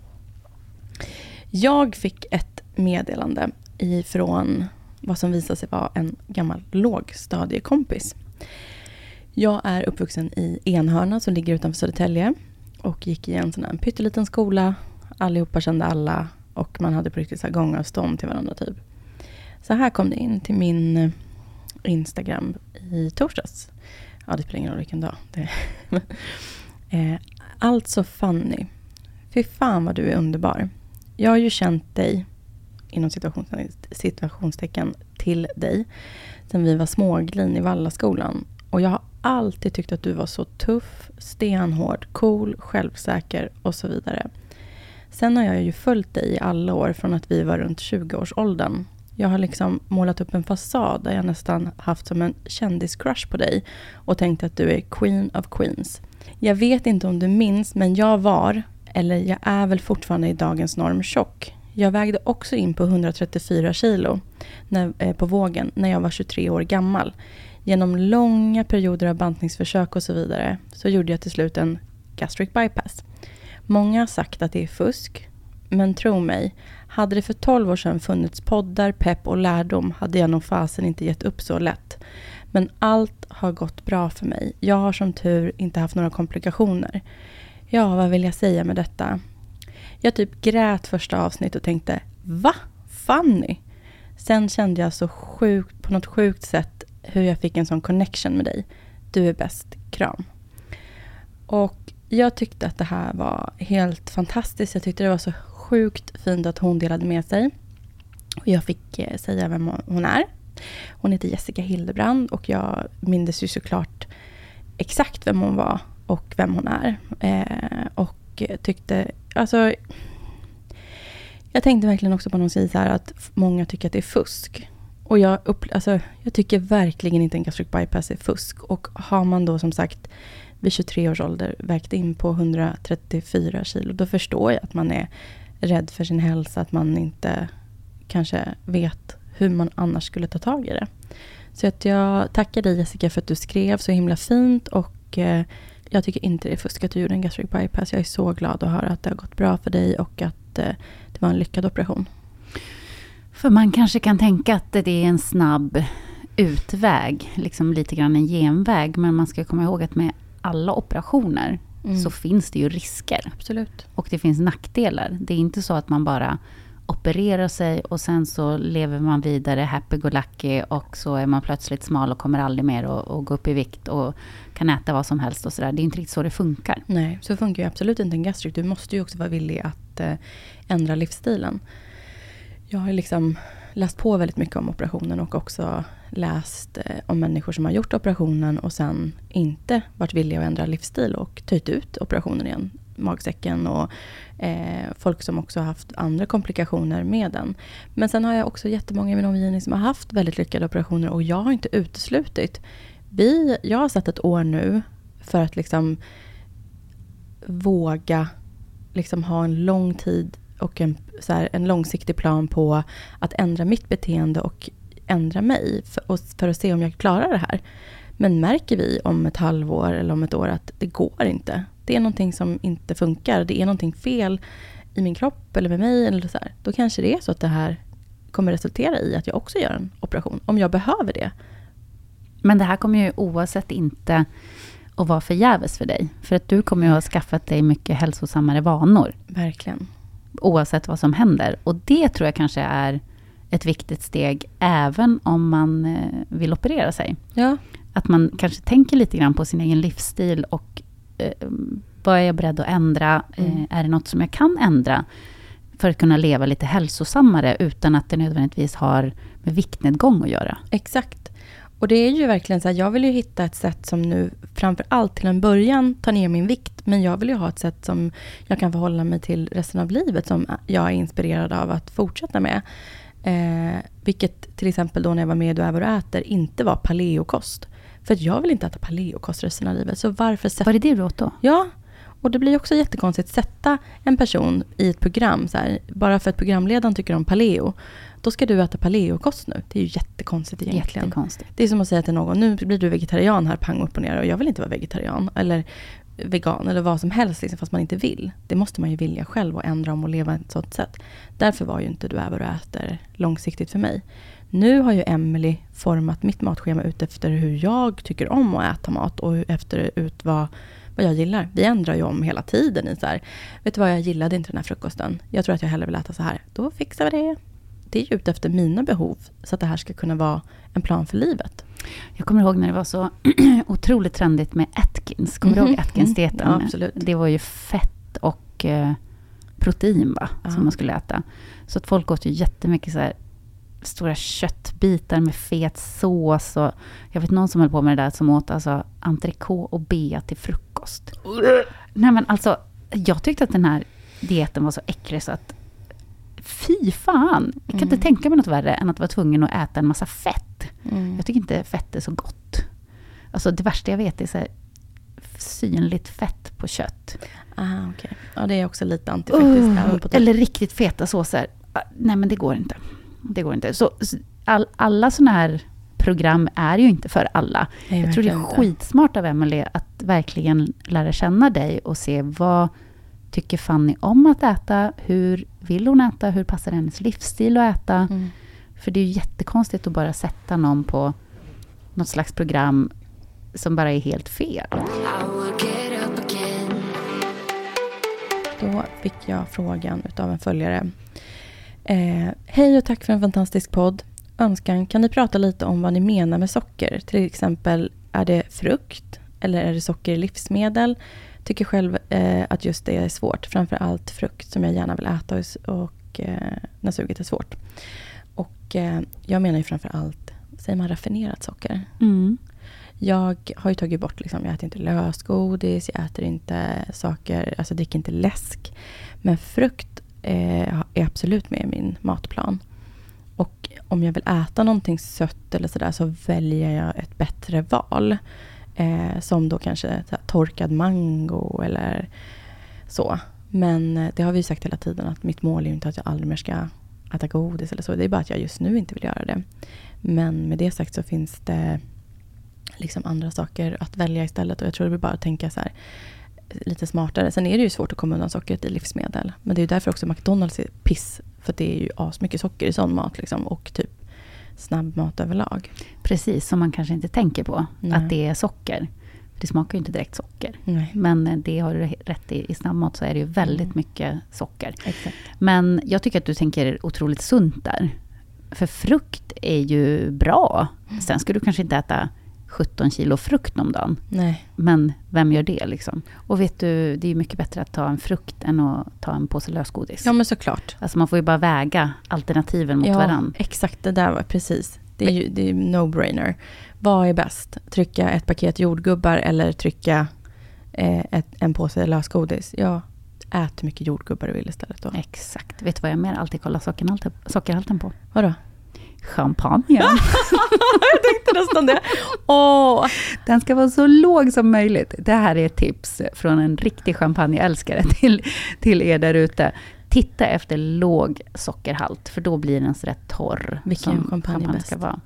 Jag fick ett meddelande ifrån vad som visade sig vara en gammal lågstadiekompis. Jag är uppvuxen i Enhörna som ligger utanför Södertälje och gick i en sån här en pytteliten skola. Allihopa kände alla och man hade på riktigt så här gångavstånd till varandra typ. Så här kom det in till min Instagram i torsdags. Ja, det spelar ingen roll vilken dag. Det eh, alltså Fanny. Fy fan vad du är underbar. Jag har ju känt dig inom situationstecken till dig sen vi var småglin i Vallaskolan. Och jag har alltid tyckt att du var så tuff, stenhård, cool, självsäker och så vidare. Sen har jag ju följt dig i alla år från att vi var runt tjugo-årsåldern. Jag har liksom målat upp en fasad där jag nästan haft som en kändiscrush på dig och tänkt att du är queen of queens. Jag vet inte om du minns, men jag var, eller jag är väl fortfarande i dagens norm tjock. Jag vägde också in på hundratrettiofyra kilo när, eh, på vågen när jag var tjugotre år gammal. genom långa perioder av bantningsförsök och så vidare så gjorde jag till slut en gastric bypass. Många har sagt att det är fusk, men tro mig, hade det för tolv år sedan funnits poddar, pepp och lärdom hade jag nog fasen inte gett upp så lätt. Men allt har gått bra för mig. Jag har som tur inte haft några komplikationer. Ja, vad vill jag säga med detta? Jag typ grät första avsnitt och tänkte, va? Fanny? Sen kände jag så sjukt, på något sjukt sätt hur jag fick en sån connection med dig. Du är bäst, kram. Och jag tyckte att det här var helt fantastiskt. Jag tyckte det var så sjukt fint att hon delade med sig. Och jag fick eh, säga vem hon är. Hon heter Jessica Hildebrand och jag mindes ju såklart exakt vem hon var och vem hon är. Eh, och tyckte, alltså... Jag tänkte verkligen också på någon sida så här att många tycker att det är fusk. Och jag, upp, alltså, jag tycker verkligen inte en gastric bypass är fusk. Och har man då som sagt vid tjugotre års ålder vägt in på hundratrettiofyra kilo, då förstår jag att man är rädd för sin hälsa, att man inte kanske vet hur man annars skulle ta tag i det. Så att jag tackar dig Jessica för att du skrev så himla fint och eh, jag tycker inte det är fusk att du gjorde en gastric bypass. Jag är så glad att höra att det har gått bra för dig och att eh, det var en lyckad operation. För man kanske kan tänka att det är en snabb utväg, liksom lite grann en genväg, men man ska komma ihåg att med alla operationer mm. så finns det ju risker. Absolut. Och det finns nackdelar. Det är inte så att man bara opererar sig och sen så lever man vidare happy-go-lucky och så är man plötsligt smal och kommer aldrig mer att, att gå upp i vikt och kan äta vad som helst och sådär. Det är inte riktigt så det funkar. Nej, så funkar ju absolut inte en gastric. Du måste ju också vara villig att eh, ändra livsstilen. Jag har liksom läst på väldigt mycket om operationen och också läst eh, om människor som har gjort operationen och sen inte varit villiga att ändra livsstil och töjt ut operationen igen, magsäcken och eh, folk som också har haft andra komplikationer med den. Men sen har jag också jättemånga i min omgivning som har haft väldigt lyckade operationer och jag har inte uteslutit. Vi, jag har satt ett år nu för att liksom våga liksom ha en lång tid och en, så här, en långsiktig plan på att ändra mitt beteende och ändra mig för, och, för att se om jag klarar det här. Men märker vi om ett halvår eller om ett år att det går inte. Det är någonting som inte funkar. Det är någonting fel i min kropp eller med mig. Eller så här. Då kanske det är så att det här kommer resultera i att jag också gör en operation. Om jag behöver det. Men det här kommer ju oavsett inte att vara förgäves för dig. För att du kommer ju ha skaffat dig mycket hälsosammare vanor. Verkligen. Oavsett vad som händer. Och det tror jag kanske är ett viktigt steg även om man vill operera sig. Ja. Att man kanske tänker lite grann på sin egen livsstil och eh, vad är jag beredd att ändra? Mm. Eh, är det något som jag kan ändra för att kunna leva lite hälsosammare utan att det nödvändigtvis har med viktnedgång att göra? Exakt. Och det är ju verkligen så här, jag vill ju hitta ett sätt som nu framför allt till en början tar ner min vikt. Men jag vill ju ha ett sätt som jag kan förhålla mig till resten av livet som jag är inspirerad av att fortsätta med. Eh, vilket till exempel då när jag var med i Du är vad du äter inte var paleokost. För att jag vill inte äta paleokost resten av livet. Så varför sätta... Var det det du åt då? Ja, och det blir också jättekonstigt att sätta en person i ett program så här, bara för att programledaren tycker om paleo. Då ska du äta paleokost nu. Det är ju jättekonstigt egentligen. Jättekonstigt. Det är som att säga till någon, nu blir du vegetarian här, pang upp och ner. Och jag vill inte vara vegetarian eller vegan eller vad som helst liksom, fast man inte vill. Det måste man ju vilja själv och ändra om och leva ett sådant sätt. Därför var ju inte Du är vad du äter långsiktigt för mig. Nu har ju Emily format mitt matschema ut efter hur jag tycker om att äta mat och efter ut vad, vad jag gillar. Vi ändrar ju om hela tiden i så här, vet du vad, jag gillade inte den här frukosten. Jag tror att jag hellre vill äta så här. Då fixar vi det. Det är ju ut efter mina behov så att det här ska kunna vara en plan för livet. Jag kommer ihåg när det var så otroligt trendigt med Atkins. Kommer mm-hmm. du ihåg Atkins-dieten? Ja, absolut. Det var ju fett och eh, protein va, som Aha. man skulle äta. Så att folk åt ju jättemycket så här stora köttbitar med fet sås. Och jag vet någon som höll på med det där som åt alltså entrecote och bea till frukost. Nej men alltså, jag tyckte att den här dieten var så äcklig så att fy fan, jag kan mm. inte tänka mig något värre än att vara tvungen att äta en massa fett. Mm. Jag tycker inte fett är så gott. Alltså det värsta jag vet är så här synligt fett på kött. Ah, okej. Okay. Ja, det är också lite antifaktiskt. Uh, eller riktigt feta såser. Nej men det går inte. Det går inte. Så all, alla såna här program är ju inte för alla. Nej, jag tror det är inte. skitsmart av Emelie att verkligen lära känna dig och se vad tycker Fanny om att äta, hur vill hon äta, hur passar hennes livsstil att äta. Mm. För det är ju jättekonstigt att bara sätta någon på något slags program som bara är helt fel. Då fick jag frågan utav en följare. Eh, Hej och tack för en fantastisk podd. Önskan, kan ni prata lite om vad ni menar med socker? Till exempel, är det frukt eller är det socker i livsmedel? Tycker själv eh, att just det är svårt. Framförallt frukt som jag gärna vill äta och, och eh, när suget är svårt. Och eh, jag menar ju framförallt, säger man raffinerat socker? Mm. Jag har ju tagit bort, liksom, jag äter inte lösgodis, jag äter inte saker, alltså dricker inte läsk. Men frukt eh, är absolut med i min matplan. Och om jag vill äta någonting sött eller sådär så väljer jag ett bättre val. Eh, som då kanske här, torkad mango eller så. Men eh, det har vi ju sagt hela tiden att mitt mål är ju inte att jag aldrig mer ska äta godis eller så. Det är bara att jag just nu inte vill göra det. Men med det sagt så finns det liksom andra saker att välja istället. Och jag tror det blir bara att tänka så här lite smartare. Sen är det ju svårt att komma undan sockret i livsmedel. Men det är ju därför också McDonalds är piss. För det är ju asmycket socker i sån mat liksom. Och typ snabbmat överlag. Precis, som man kanske inte tänker på. Nej. Att det är socker. Det smakar ju inte direkt socker. Nej. Men det har du rätt i. I snabbmat så är det ju väldigt Mm. mycket socker. Exakt. Men jag tycker att du tänker otroligt sunt där. För frukt är ju bra. Sen ska du kanske inte äta sjutton kilo frukt om dagen. Nej. Men vem gör det liksom? Och vet du, det är ju mycket bättre att ta en frukt än att ta en påse lösgodis. Ja, men såklart. Alltså man får ju bara väga alternativen mot Ja, varann. exakt. Det där var precis. Det är ju det är no-brainer. Vad är bäst? Trycka ett paket jordgubbar eller trycka eh, ett, en påse lösgodis? Ja, ät hur mycket jordgubbar du vill istället då. Exakt. Vet du vad jag mer alltid kollar sockerhalten, sockerhalten på? Vadå? Champagne. Jag tänkte nästan det. Åh. Den ska vara så låg som möjligt. Det här är ett tips från en riktig champagneälskare till, till er där ute. Titta efter låg sockerhalt, för då blir den så rätt torr. Vilken som champagne är champagne bäst? ska vara.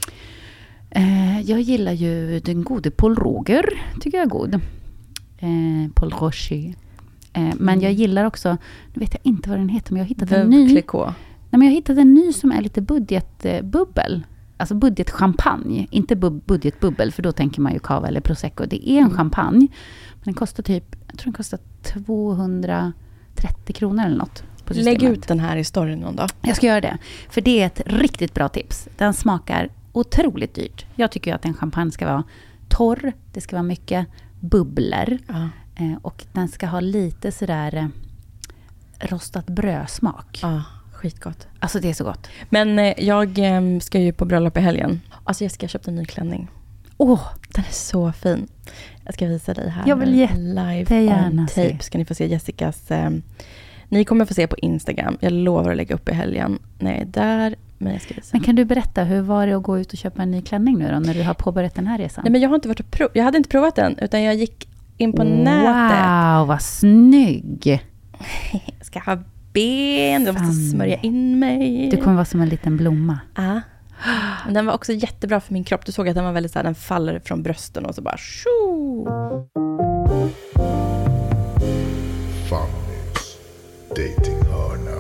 Eh, jag gillar ju den gode Paul Roger, tycker jag är god. Eh, Paul Rocher. Eh, men jag gillar också, nu vet jag inte vad den heter, men jag har hittat en ny. Clicquot. Nej, men jag har hittat en ny som är lite budgetbubbel. Alltså budgetchampagne. Inte bu- budgetbubbel, för då tänker man ju cava eller prosecco. Det är en Mm. champagne. Men den kostar typ, jag tror den kostar tvåhundratrettio kronor eller något. På systemet. Lägg ut den här i storyn någon dag. Jag ska göra det. För det är ett riktigt bra tips. Den smakar otroligt dyrt. Jag tycker ju att en champagne ska vara torr. Det ska vara mycket bubblor. Ja. Eh, och den ska ha lite sådär eh, rostat brödsmak. Ja, skitgott. Alltså det är så gott. Men eh, jag eh, ska ju på bröllop i helgen. Alltså Jessica har köpt en ny klänning. Åh, oh, Den är så fin. Jag ska visa dig här. Jag vill nu. jättegärna Live on se. tape ska ni få se Jessicas. Eh, ni kommer få se på Instagram. Jag lovar att lägga upp i helgen. Nej, där. Men jag ska visa. Men kan du berätta, hur var det att gå ut och köpa en ny klänning nu då, när du har påbörjat den här resan? Nej, men jag har inte varit och prov. Jag hade inte provat den, utan jag gick in på nätet. Wow, vad snygg! Jag ska ha ben, jag måste Fan. smörja in mig. Du kommer vara som en liten blomma. Ja. Men den var också jättebra för min kropp. Du såg att den var väldigt så här, den faller från brösten och så bara tjo. Fannys datinghörna.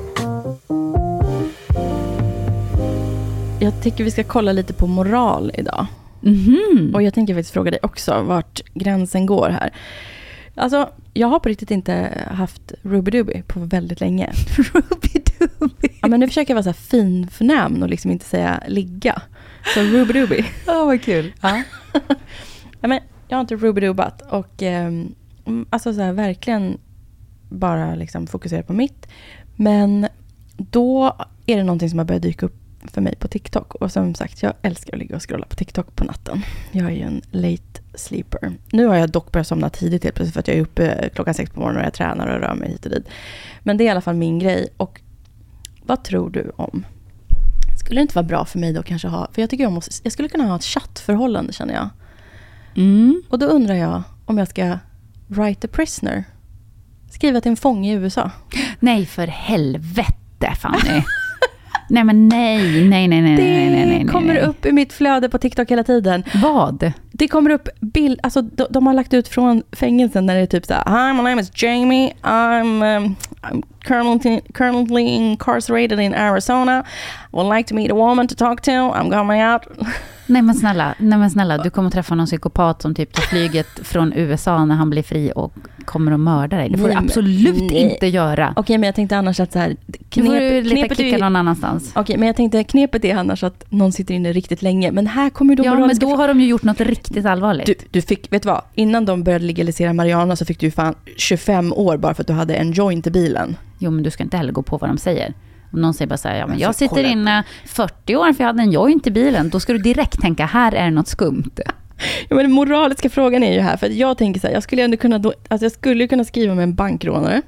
Jag tycker vi ska kolla lite på moral idag. Mhm. Och jag tänker faktiskt fråga dig också vart gränsen går här. Alltså, jag har på riktigt inte haft Ruby-Duby på väldigt länge. Ruby-Duby. Ja, men nu försöker jag vara så här fin för namn och liksom inte säga ligga. Så Ruby-Duby. Ja, vad kul. Ja. Ja, men jag har inte Ruby-Dubat och eh, alltså så här, verkligen bara liksom fokusera på mitt. Men då är det någonting som har börjat dyka upp för mig på TikTok. Och som sagt, jag älskar att ligga och scrolla på TikTok på natten. Jag är ju en late sleeper. Nu har jag dock börjat somna tidigt helt plötsligt för att jag är uppe klockan sex på morgonen och jag tränar och rör mig hit och dit. Men det är i alla fall min grej. Och vad tror du om? Skulle det inte vara bra för mig då kanske ha... För jag tycker jag måste... Jag skulle kunna ha ett chattförhållande, känner jag. Mm. Och då undrar jag om jag ska write a prisoner. Skriva till en fånge i U S A. Nej, för helvete, Fanny. Nej, men nej, nej, nej, nej, Det nej, nej, nej, kommer nej. upp i mitt flöde på TikTok hela tiden. Vad? Det kommer upp bild, alltså de, de har lagt ut från fängelsen när det är typ så här: Hi, my name is Jamie. I'm, um, I'm currently, currently incarcerated in Arizona. Would like to meet a woman to talk to. I'm coming out. Nej men snälla, nej men snälla, du kommer träffa någon psykopat som typ tar flyget från U S A när han blir fri och kommer att mörda dig. Det får Nej, du absolut nej. inte göra. Okej, men jag tänkte annars att så här, Nu får du knep, leta knepet är kicka ju, någon annanstans. okej, men jag tänkte knepet är annars att någon sitter inne riktigt länge. Men här kommer ju de Ja, men moraliska då har de ju gjort något riktigt allvarligt. Du, du fick, vet du vad? Innan de började legalisera marijuana så fick du ju fan tjugofem år bara för att du hade en joint i bilen. Jo, men du ska inte heller gå på vad de säger. Om någon säger bara så här, ja men jag Alltså, sitter kolla. inne fyrtio år för jag hade en joint i bilen. Då ska du direkt tänka, här är något skumt. Ja, men den moraliska frågan är ju här, för att jag tänker så här, jag skulle ändå kunna, då, alltså jag skulle kunna skriva med en bankrånare.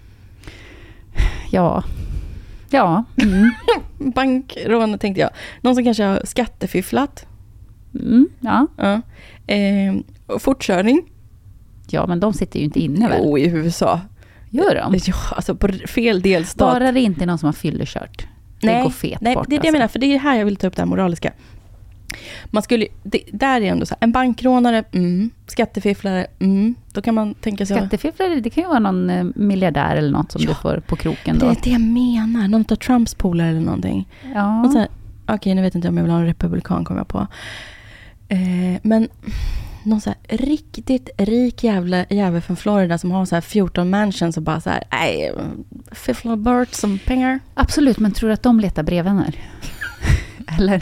Ja. Ja. Mm. Bankrånare tänkte jag. Någon som kanske har skattefifflat. Mm, ja. Ja. Eh, och fortkörning. Ja, men de sitter ju inte inne väl? Jo, i U S A. Gör de? Ja, alltså på fel delstat. Bara det inte är någon som har fyllekört. Det nej, går fet nej, bort. det är det jag menar, för det är här jag vill ta upp det här moraliska. Man skulle, det, där är ändå så här, en bankrånare, mm, skattefifflare, mm, då kan man tänka sig... Skattefifflare, det kan ju vara någon eh, miljardär eller något som Ja, du får på kroken det då. är det jag menar, någon av Trumps polare eller någonting. Ja. Och så här, okej, nu vet inte om jag vill ha en republikan, kommer jag på. Eh, men någon så här riktigt rik jävla, jävel från Florida som har så här fjorton mansions och bara så här, nej, fiffla bort som pengar. Absolut, men tror du att de letar brevvänner? Eller?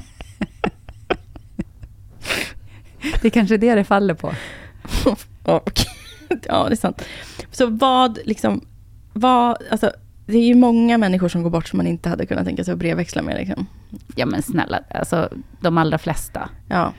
Det är kanske det det faller på. Ja, okej. Ja, det är sant. Så vad liksom, vad, alltså, det är ju många människor som går bort som man inte hade kunnat tänka sig att brevväxla med liksom. Ja, men snälla, alltså de allra flesta. Ja.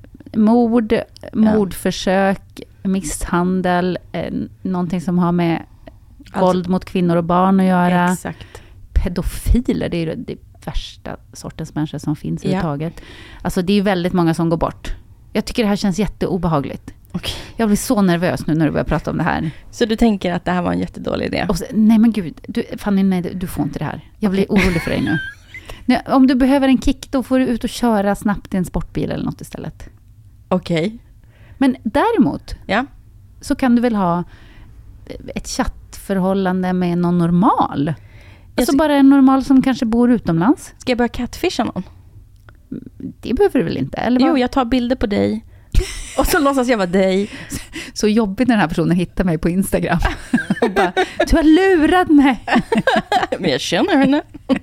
Mord, mordförsök, misshandel, eh, någonting som har med Alltså- våld mot kvinnor och barn att göra. Exakt. Pedofiler, det är ju det värsta sortens människor som finns Ja. överhuvudtaget. Alltså det är ju väldigt många som går bort. Jag tycker det här känns jätteobehagligt. Okej. Jag blir så nervös nu när du börjar prata om det här. Så du tänker att det här var en jättedålig idé? Och så, nej men gud, du, Fanny, nej, du får inte det här. Jag blir orolig för dig nu. Nej, om du behöver en kick, då får du ut och köra snabbt i en sportbil eller något istället. Okej. Men däremot Ja. så kan du väl ha ett chattförhållande med någon normal. Alltså Jag- bara en normal som kanske bor utomlands. Ska jag börja catfisha någon? Det behöver du väl inte? Eller vad? Jo, jag tar bilder på dig. Och så låtsas jag vara dig. Så jobbigt när den här personen hittar mig på Instagram. Och bara, du har lurat mig. Men jag känner henne.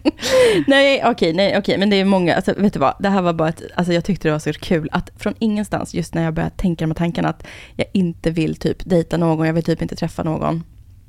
nej, okej, nej, okej. Men det är många, alltså, vet du vad? Det här var bara ett, alltså jag tyckte det var så kul att från ingenstans, just när jag började tänka de här tankarna att jag inte vill typ dejta någon, jag vill typ inte träffa någon.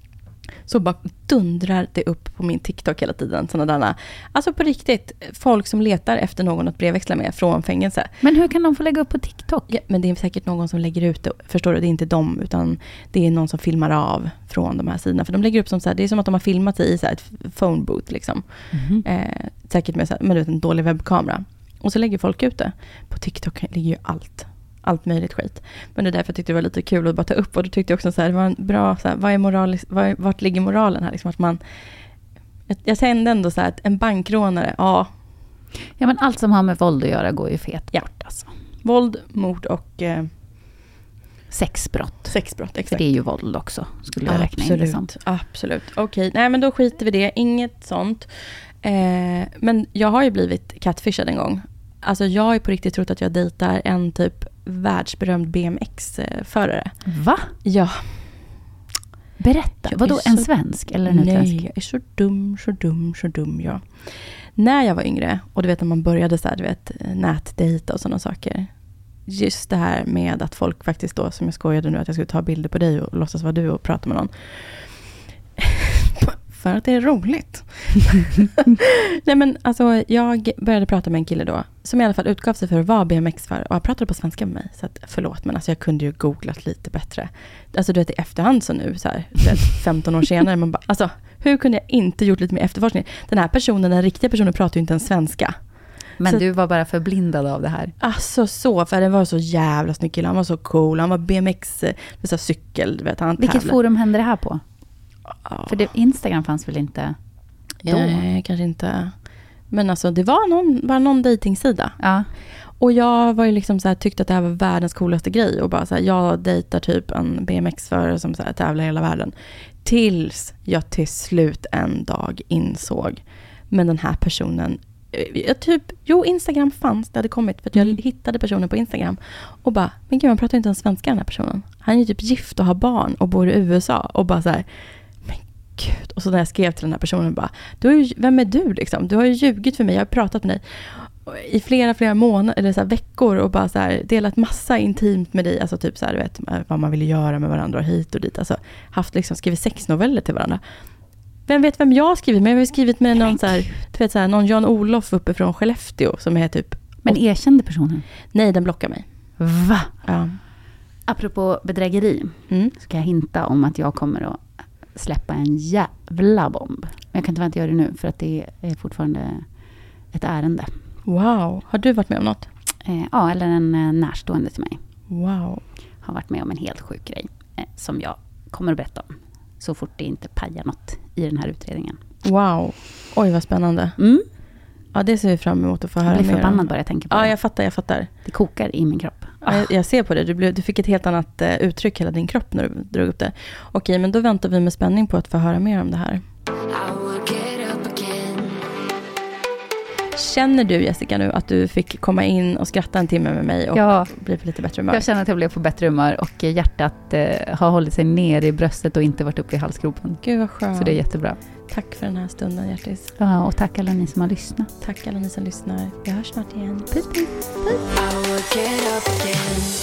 Så bara dundrar det upp på min TikTok hela tiden. Sådana där, alltså på riktigt, folk som letar efter någon att brevväxla med från fängelse. Men hur kan de få lägga upp på TikTok? Ja, men det är säkert någon som lägger ut det. Förstår du, det är inte dem, utan det är någon som filmar av från de här sidorna. För de lägger upp som så här, det är som att de har filmat sig i så här ett phone booth liksom. Mm. Eh, säkert med så här, men du vet, en dålig webbkamera. Och så lägger folk ut det. På TikTok ligger ju allt. Allt möjligt skit. Men det är därför jag tyckte det var lite kul att bara ta upp. Och då tyckte jag också så här, det var en bra, så här, vad är moral, vad är, vart ligger moralen här? Liksom att man, jag, jag kände ändå så här, att en bankrånare, ja, Ja, men allt som har med våld att göra går ju fet Ja. bort. Alltså. våld, mord och eh, Sexbrott. sexbrott. För Exakt. det är ju våld också, skulle jag räkna in det som. Absolut, absolut. Okej, nej men då skiter vi det. Inget sånt. Eh, men jag har ju blivit catfishad en gång. Alltså jag har ju på riktigt trott att jag dejtar en typ världsberömd B M X-förare. Va? Ja. Berätta. Jag Vadå, är en så- svensk eller en utländsk? Nej, jag är så dum, så dum, så dum, ja. När jag var yngre, och du vet när man började så här, du vet, nätdejta och sådana saker. Just det här med att folk faktiskt då, som jag skojade nu, att jag skulle ta bilder på dig och låtsas vara du och prata med någon. För att det är roligt. Nej men alltså, jag började prata med en kille då, som i alla fall utgav sig för att vara B M X-förare. Och han pratade på svenska med mig, så att, förlåt, men alltså jag kunde ju googlat lite bättre. Alltså du vet i efterhand så nu, så här, du vet, femton år senare, man bara, alltså hur kunde jag inte gjort lite mer efterforskning? Den här personen, den riktiga personen pratar ju inte ens svenska. Men Så- du var bara förblindad av det här. Alltså så, för det var så jävla snygg kille. Han var så cool, han var B M X, det så cykel, du vet, han Vilket tävlade. forum hände det här på? Ja. För det, Instagram fanns väl inte då? Nej, kanske inte. Men alltså det var någon, bara någon dejtingsida. Ja. Och jag var ju liksom så här, tyckte att det här var världens coolaste grej. Och bara så här, jag dejtar typ en B M X-förare som så här, tävlar i hela världen. Tills jag till slut en dag insåg. Men den här personen, jag typ, jo Instagram fanns, det hade kommit. För att jag mm. hittade personen på Instagram. Och bara, men gud man pratar inte ens svenska den här personen. Han är ju typ gift och har barn och bor i U S A. Och bara så här, men gud. Och så när jag skrev till den här personen bara, du är ju, vem är du liksom? Du har ju ljugit för mig, jag har pratat med dig i flera, flera månader eller så här veckor och bara så här delat massa intimt med dig, alltså typ så här, du vet, vad man ville göra med varandra och hit och dit, alltså haft liksom skrivit sexnoveller till varandra. Vem vet vem jag har skrivit med? Jag har skrivit med någon så här, du vet så här, någon Jan-Olof uppe från Skellefteå som är typ... Men erkände personen? Nej, den blockar mig. Va? Ja. Apropå bedrägeri, mm. ska jag hinta om att jag kommer att släppa en jävla bomb. Men jag kan inte vänta göra det nu för att det är fortfarande ett ärende. Wow, har du varit med om något? Eh, ja, eller en eh, närstående till mig. Wow. Har varit med om en helt sjuk grej eh, som jag kommer att berätta om. Så fort det inte pajar något i den här utredningen. Wow, oj vad spännande. Mm. Ja, det ser vi fram emot att få höra mer. Jag blir förbannad om. bara jag tänker på ja, det. Ja, jag fattar, jag fattar. Det kokar i min kropp. Ja, jag, jag ser på det. Du, blev, du fick ett helt annat uh, uttryck hela din kropp när du drog upp det. Okej, men då väntar vi med spänning på att få höra mer om det här. Känner du, Jessica, nu att du fick komma in och skratta en timme med mig och ja. bli på lite bättre humör? Jag känner att jag blev på bättre humör och hjärtat eh, har hållit sig ner i bröstet och inte varit uppe i halsgropen. Gud vad skönt. Så det är jättebra. Tack för den här stunden, Hjärtis. Ja, och tack alla ni som har lyssnat. Tack alla ni som lyssnar. Vi hörs snart igen. Puss, puss. Puss.